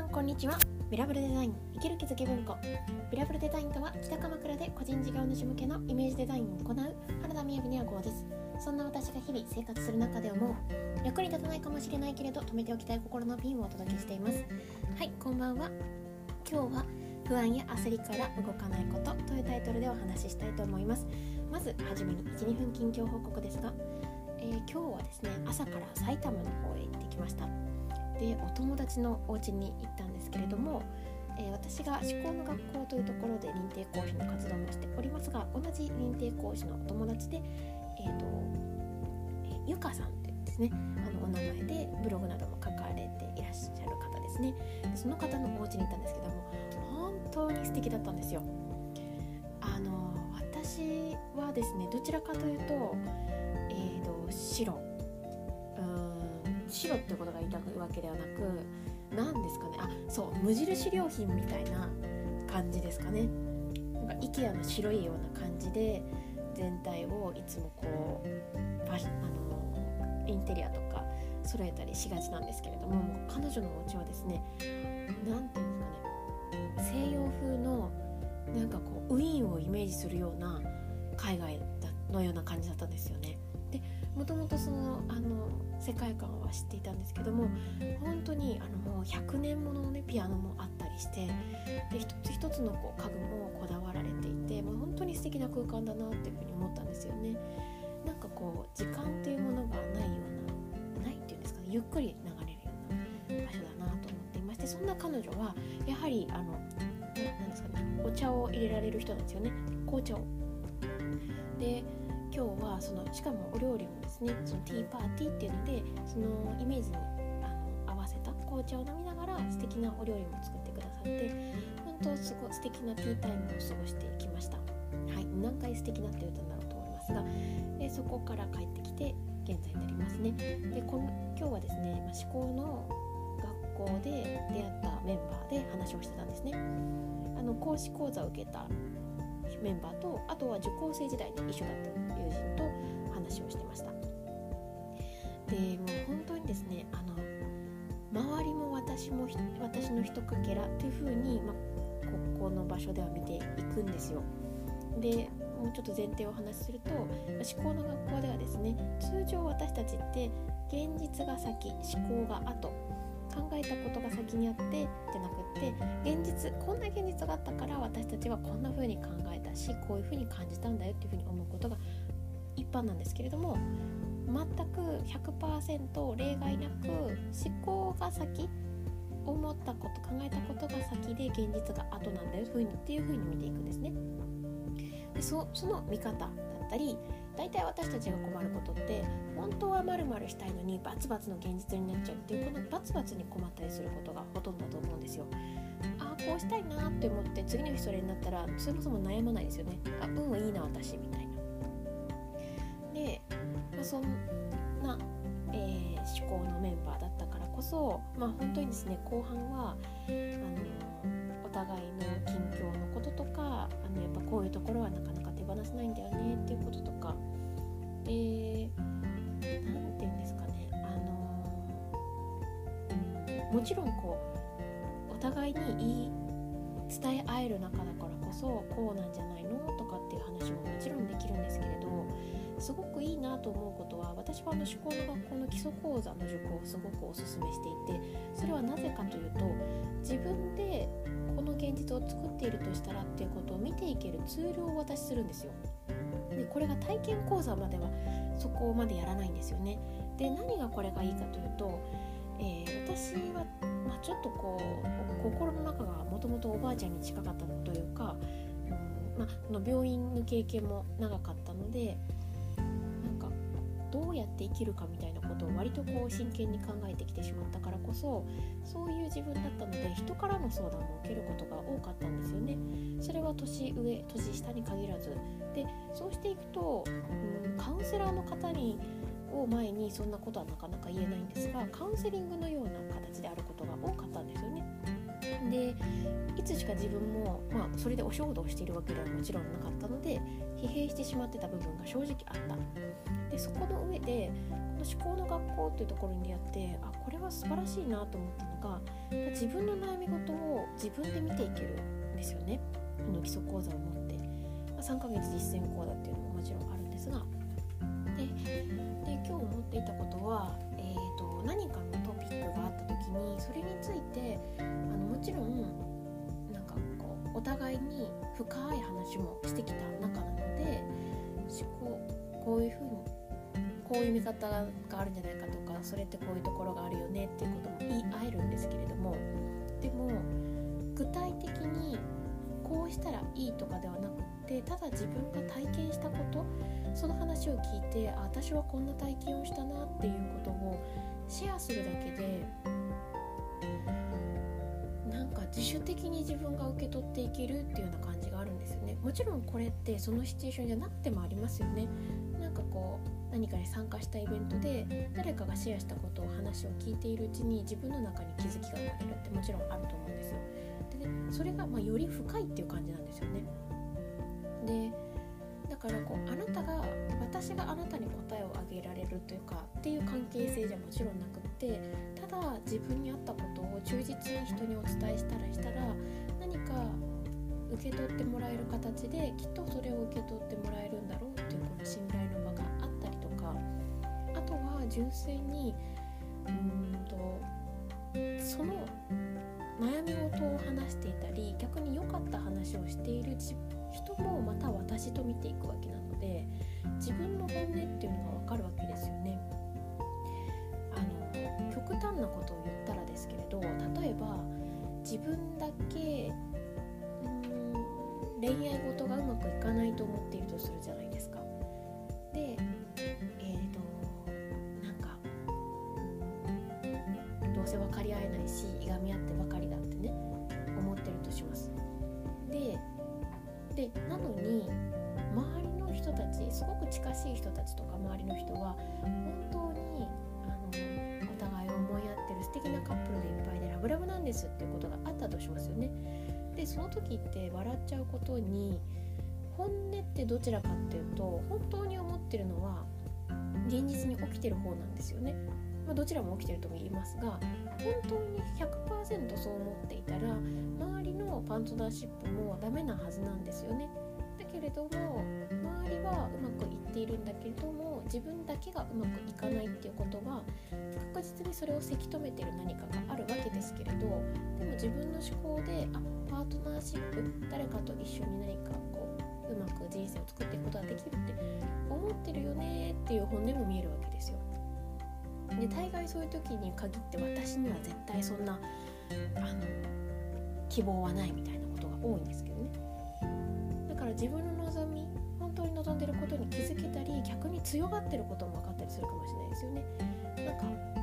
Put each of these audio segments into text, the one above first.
んこんにちは。ビラブルデザイン生きる気づき文庫。ビラブルデザインとは北鎌倉で個人事業主向けのイメージデザインを行う原田雅にゃ号です。そんな私が日々生活する中で思う役に立たないかもしれないけれど止めておきたい心のピンをお届けしています。はい、こんばんは。今日は不安や焦りから動かないことというタイトルでお話ししたいと思います。まずはじめに 1,2 分近況報告ですが、今日はですね、朝から埼玉の方へ行ってきました。で、お友達のお家に行ったんですけれども、私が思考の学校というところで認定講師の活動もしておりますが、同じ認定講師のお友達で、ゆかさんというですね、お名前でブログなども書かれていらっしゃる方ですね。でその方のお家に行ったんですけども、本当に素敵だったんですよ。私はですね、どちらかというと、白ってことが言いたいわけではなく、何ですかね、無印良品みたいな感じですかね。なんか IKEA の白いような感じで全体をいつもこうインテリアとか揃えたりしがちなんですけれども、彼女のお家はですね、なんていうんですかね、西洋風のなんかこうウィーンをイメージするような海外のような感じだったんですよね。で、もともとその世界観は知っていたんですけども、本当にもう100年ものの、ね、ピアノもあったりして、で一つ一つのこう家具もこだわられていて、もう本当に素敵な空間だなっていうふうに思ったんですよね。なんかこう時間というものがないような、ないっていうんですかね、ゆっくり流れるような場所だなと思っていまして、そんな彼女はやはりなんですかね、お茶を入れられる人なんですよね。紅茶を。で、今日はしかもお料理もですね、そのティーパーティーっていうので、そのイメージに合わせた紅茶を飲みながら素敵なお料理も作ってくださって、本当すごい素敵なティータイムを過ごしてきました。はい、何回素敵なって言ったんだろうと思いますが、そこから帰ってきて現在になりますね。で、今日はですね、思考の学校で出会ったメンバーで話をしてたんですね。講師講座を受けたメンバーと、あとは受講生時代に一緒だった友人と話をしてました。で、もう本当にですね、周りも私のひとかけらという風に、ここの場所では見ていくんですよ。で、もうちょっと前提をお話しすると、思考の学校ではですね、通常私たちって現実が先、思考が後、考えたことが先にあってじゃなくって、こんな現実があったから私たちはこんな風に考えたし、こういう風に感じたんだよっていう風に思うことが一般なんですけれども、全く 100% 例外なく思考が先、思ったこと、考えたことが先で現実が後なんだよっていう風に見ていくんですね。で、その見方だったり、大体私たちが困ることって、本当は〇〇したいのにバツバツの現実になっちゃうっていう、このバツバツに困ったりすることがほとんどだと思うんですよ。こうしたいなって思って次の日それになったらそもそも悩まないですよね。運はいいな私みたいな。で、そんな、思考のメンバーだったからこそ、本当にですね、後半はお互いの近況のこととか、やっぱこういうところはなかなか手放せないんだよねっていうこととかで、なんていうんですかね、もちろんこうお互いに言い伝え合える中だからこそ、こうなんじゃないのとかっていう話ももちろんできるんですけれど、すごくいいなと思うことは、私は思考の学校の基礎講座の受講をすごくお勧めしていて、それはなぜかというと、自分でこの現実を作っているとしたらっていうことを見ていけるツールをお渡しするんですよ。で、これが体験講座まではそこまでやらないんですよね。で、何がこれがいいかというと、私は、ちょっとこう心の中がもともとおばあちゃんに近かったというか、病院の経験も長かったので、なんかどうやって生きるかみたいなことを割とこう真剣に考えてきてしまったからこそ、そういう自分だったので人からの相談を受けることが多かったんですよね。それは年上年下に限らずで、そうしていくと、カウンセラーの方を前にそんなことはなかなか言えないんですが、カウンセリングのような形であることが多かったんですよね。で、いつしか自分も、それでお仕事をしているわけではもちろんなかったので、疲弊してしまってた部分が正直あった。で、そこの上で思考の学校っていうところに出会って、これは素晴らしいなと思ったのが、自分の悩み事を自分で見ていけるんですよね。この基礎講座を持って、3ヶ月実践講座っていうのももちろんあるんですが、で今日思っていたことは、何かのトピックがあった時にそれについてもちろんなんかこうお互いに深い話もしてきた中なので、こういうふうにこういう見方があるんじゃないかとか、それってこういうところがあるよねっていうことも言い合えるんですけれども、でも具体的にこうしたらいいとかではなくって、ただ自分が体験したこと、その話を聞いて、私はこんな体験をしたなっていうことをシェアするだけで、なんか自主的に自分が受け取っていけるっていうような感じがあるんですよね。もちろんこれってそのシチュエーションじゃなくてもありますよね。なんかこう何かに参加したイベントで誰かがシェアしたことを話を聞いているうちに自分の中に気づきが生まれるってもちろんあると思うんですよ。でね、それがより深いっていう感じなんですよね。でだからこう私があなたに答えをあげられるというかっていう関係性じゃもちろんなくって、ただ自分に合ったことを忠実に人にお伝えしたら何か受け取ってもらえる形できっとそれを受け取ってもらえるんだろうっていうこの信頼の場があったりとか、あとは純粋にその悩み事を話していたり、逆に良かった話をしている人もまた私と見ていくわけなので、自分の本音っていうのが分かるわけですよね。極端なことを言ったらですけれど、例えば自分だけ恋愛事がうまくいかないと思っているとするじゃないですか。でなんかどうせ分かり合えないしいがみ合ってばかりだってね思ってるとします。でなのに周りの人たち、すごく近しい人たちとか周りの人は本当にお互いを思い合ってる素敵なカップルでいっぱいでラブラブなんですっていうことがあったとしますよね。でその時って笑っちゃうことに、本音ってどちらかっていうと本当に思ってるのは現実に起きてる方なんですよね。どちらも起きてるとも言いますが、本当に 100% そう思っていたら周りのパートナーシップもダメなはずなんですよね。だけれども周りはうまくいっているんだけれども、自分だけがうまくいかないっていうことは確実にそれをせき止めている何かがあるわけですけれど、でも自分の思考でパートナーシップ、誰かと一緒に何かうまく人生を作っていくことができるって思ってるよねっていう本音も見えるわけですよ。で大概そういう時に限って私には絶対そんな希望はないみたいなことが多いんですけどね。だから自分の望み、本当に望んでることに気づけたり、逆に強がってることも分かったりするかもしれないですよね。なんか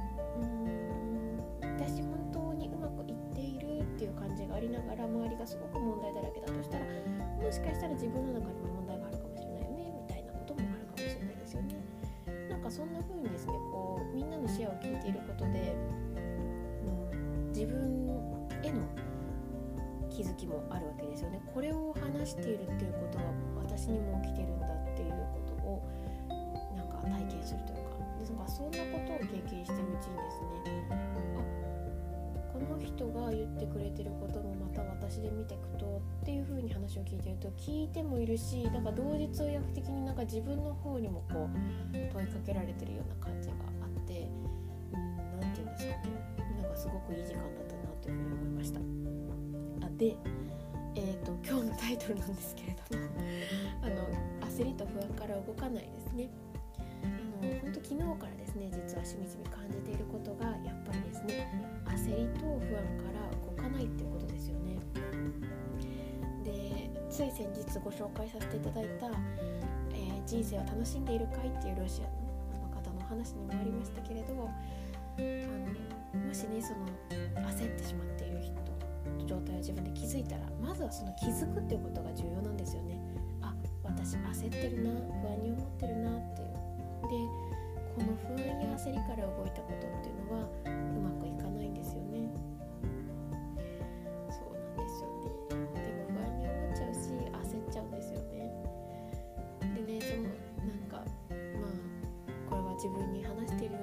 私本当にうまくいっているっていう感じがありながら、周りがすごく問題だらけだとしたら、もしかしたら自分の中にも問題があるかもしれないよねみたいなこともあるかもしれないですよね。なんかそんな風にですね、みんなのシェアを聞いていることで、自分への気づきもあるわけですよね。これを話しているっていうことは私にも起きてるんだっていうことをなんか体験するというか、そんなことを経験してるうちにですね、この人が言ってくれてることもまた私で見ていくとっていう風に話を聞いてると、聞いてもいるし、なんか同時通訳的になんか自分の方にも問いかけられてるような感じがあって、なんていうんですかね、なんかすごくいい時間だったなというふうに思いました。で、今日のタイトルなんですけれども焦りと不安から動かないですね。本当昨日からですね、実はしみじみ感じていることがやっぱりですね、焦りと不安から動かないっていうことですよね。で、つい先日ご紹介させていただいた、人生は楽しんでいるかいっていうロシアの方のお話にもありましたけれど、もしねその焦ってしまっている人の状態を自分で気づいたら、まずはその気づくっていうことが重要なんですよね。私焦ってるな、不安に思ってるなっていう。でこの不安や焦りから動いたことっていうのはうまくいかないんですよね。そうなんですよね。でも不安に思っちゃうし焦っちゃうんですよね。でね、これは自分に話している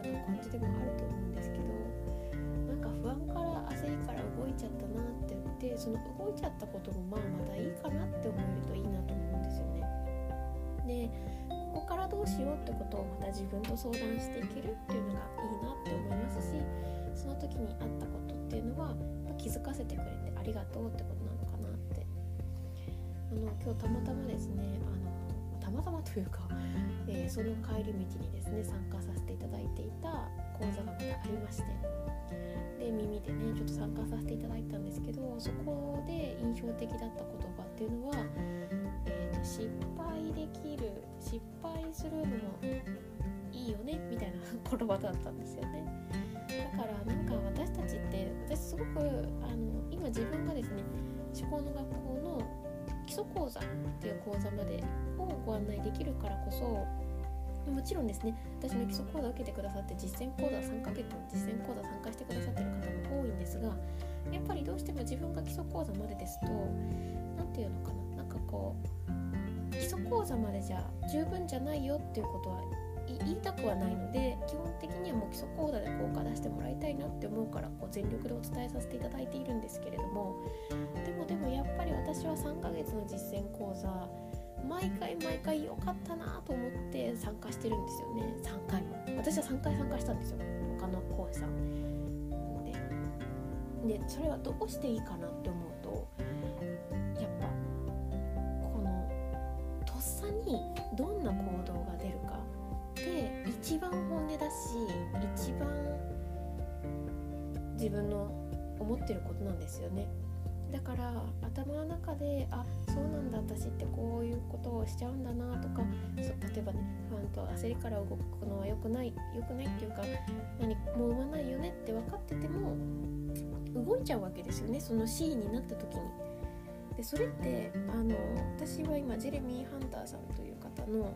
その動いちゃったこともまたいいかなって思えるといいなと思うんですよね。でここからどうしようってことをまた自分と相談していけるっていうのがいいなって思いますし、その時にあったことっていうのは気づかせてくれてありがとうってことなのかなって。今日たまたまですね、たまたまというか、その帰り道にですね参加させていただいていた講座がまたありまして、で耳でねちょっと参加させていただいたんですけど、そこで印象的だった言葉っていうのは、失敗できる、失敗するのもいいよねみたいな言葉だったんですよね。だからなんか私たちって、私すごく今自分がですね思考の学校の基礎講座っていう講座までをご案内できるからこそ、もちろんですね私の基礎講座を受けてくださって実践講座3ヶ月の実践講座参加してくださっている方も多いんですが、やっぱりどうしても自分が基礎講座までですとなんていうのかな、なんかこう基礎講座までじゃ十分じゃないよっていうことは言いたくはないので、基本的にはもう基礎講座で効果出してもらいたいなって思うから全力でお伝えさせていただいているんですけれども、でもやっぱり私は3ヶ月の実践講座毎回良かったなと思って参加してるんですよね。3回も私は3回参加したんですよ、他の講師さんでそれはどうしていいかなって思うと、やっぱこのとっさにどんな行動が出るかで一番本音だし、一番自分の思ってることなんですよね。だから頭の中でそうなんだ、私ってこういうことをしちゃうんだなとか、例えばね不安と焦りから動くのは良くないっていうか、何も生まないよねって分かってても動いちゃうわけですよね、そのシーンになった時に。でそれって私は今ジェレミー・ハンターさんという方の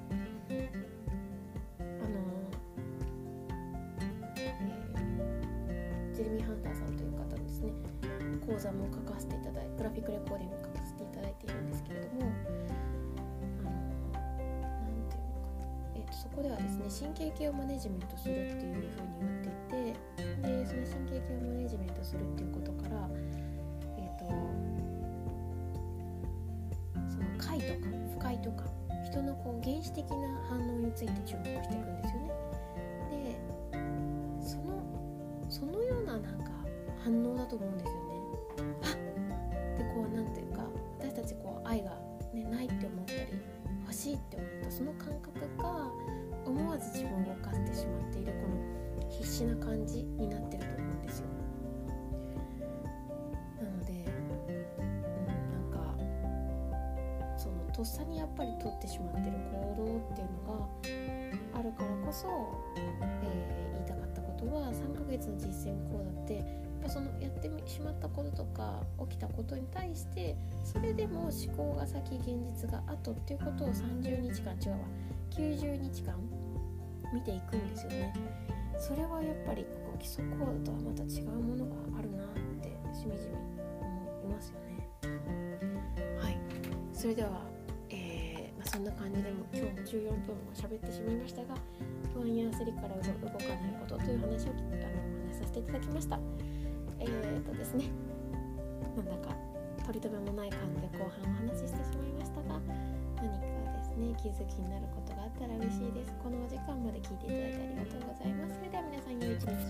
ジェレミー・ハンターさんという方のですね講座も書かせていただいて、グラフィックレコーディング書かせていただいているんですけれども、なんていうのかな、そこではですね神経系をマネジメントするっていうふうに言っていて、でその神経系をマネジメントするっていうことから、その快とか不快とか人の原始的な反応について注目していくんですよね。でそのようななんか反応だと思うんですよね。でなんていうか、私たち愛が、ないって思ったり欲しいって思ったその感覚が思わず自分を動かしてしまっているこの必死な感じになってると思うんですよ。なので、なんかそのとっさにやっぱり取ってしまってる行動っていうのがあるからこそ、言いたかったことは3ヶ月の実践講座ってそのやってしまったこととか起きたことに対してそれでも思考が先現実が後っていうことを90日間見ていくんですよね。それはやっぱり基礎講座とはまた違うものがあるなってしみじみ思いますよね。はい、それでは、そんな感じでも今日も14分も喋ってしまいましたが、不安や焦りから動かないことという話をお話しさせていただきました。ですね、なんだか取り留めもない感じで後半お話ししてしまいましたが、何かですね気づきになることがあったら嬉しいです。このお時間まで聞いていただいてありがとうございます。それでは皆さん良い一日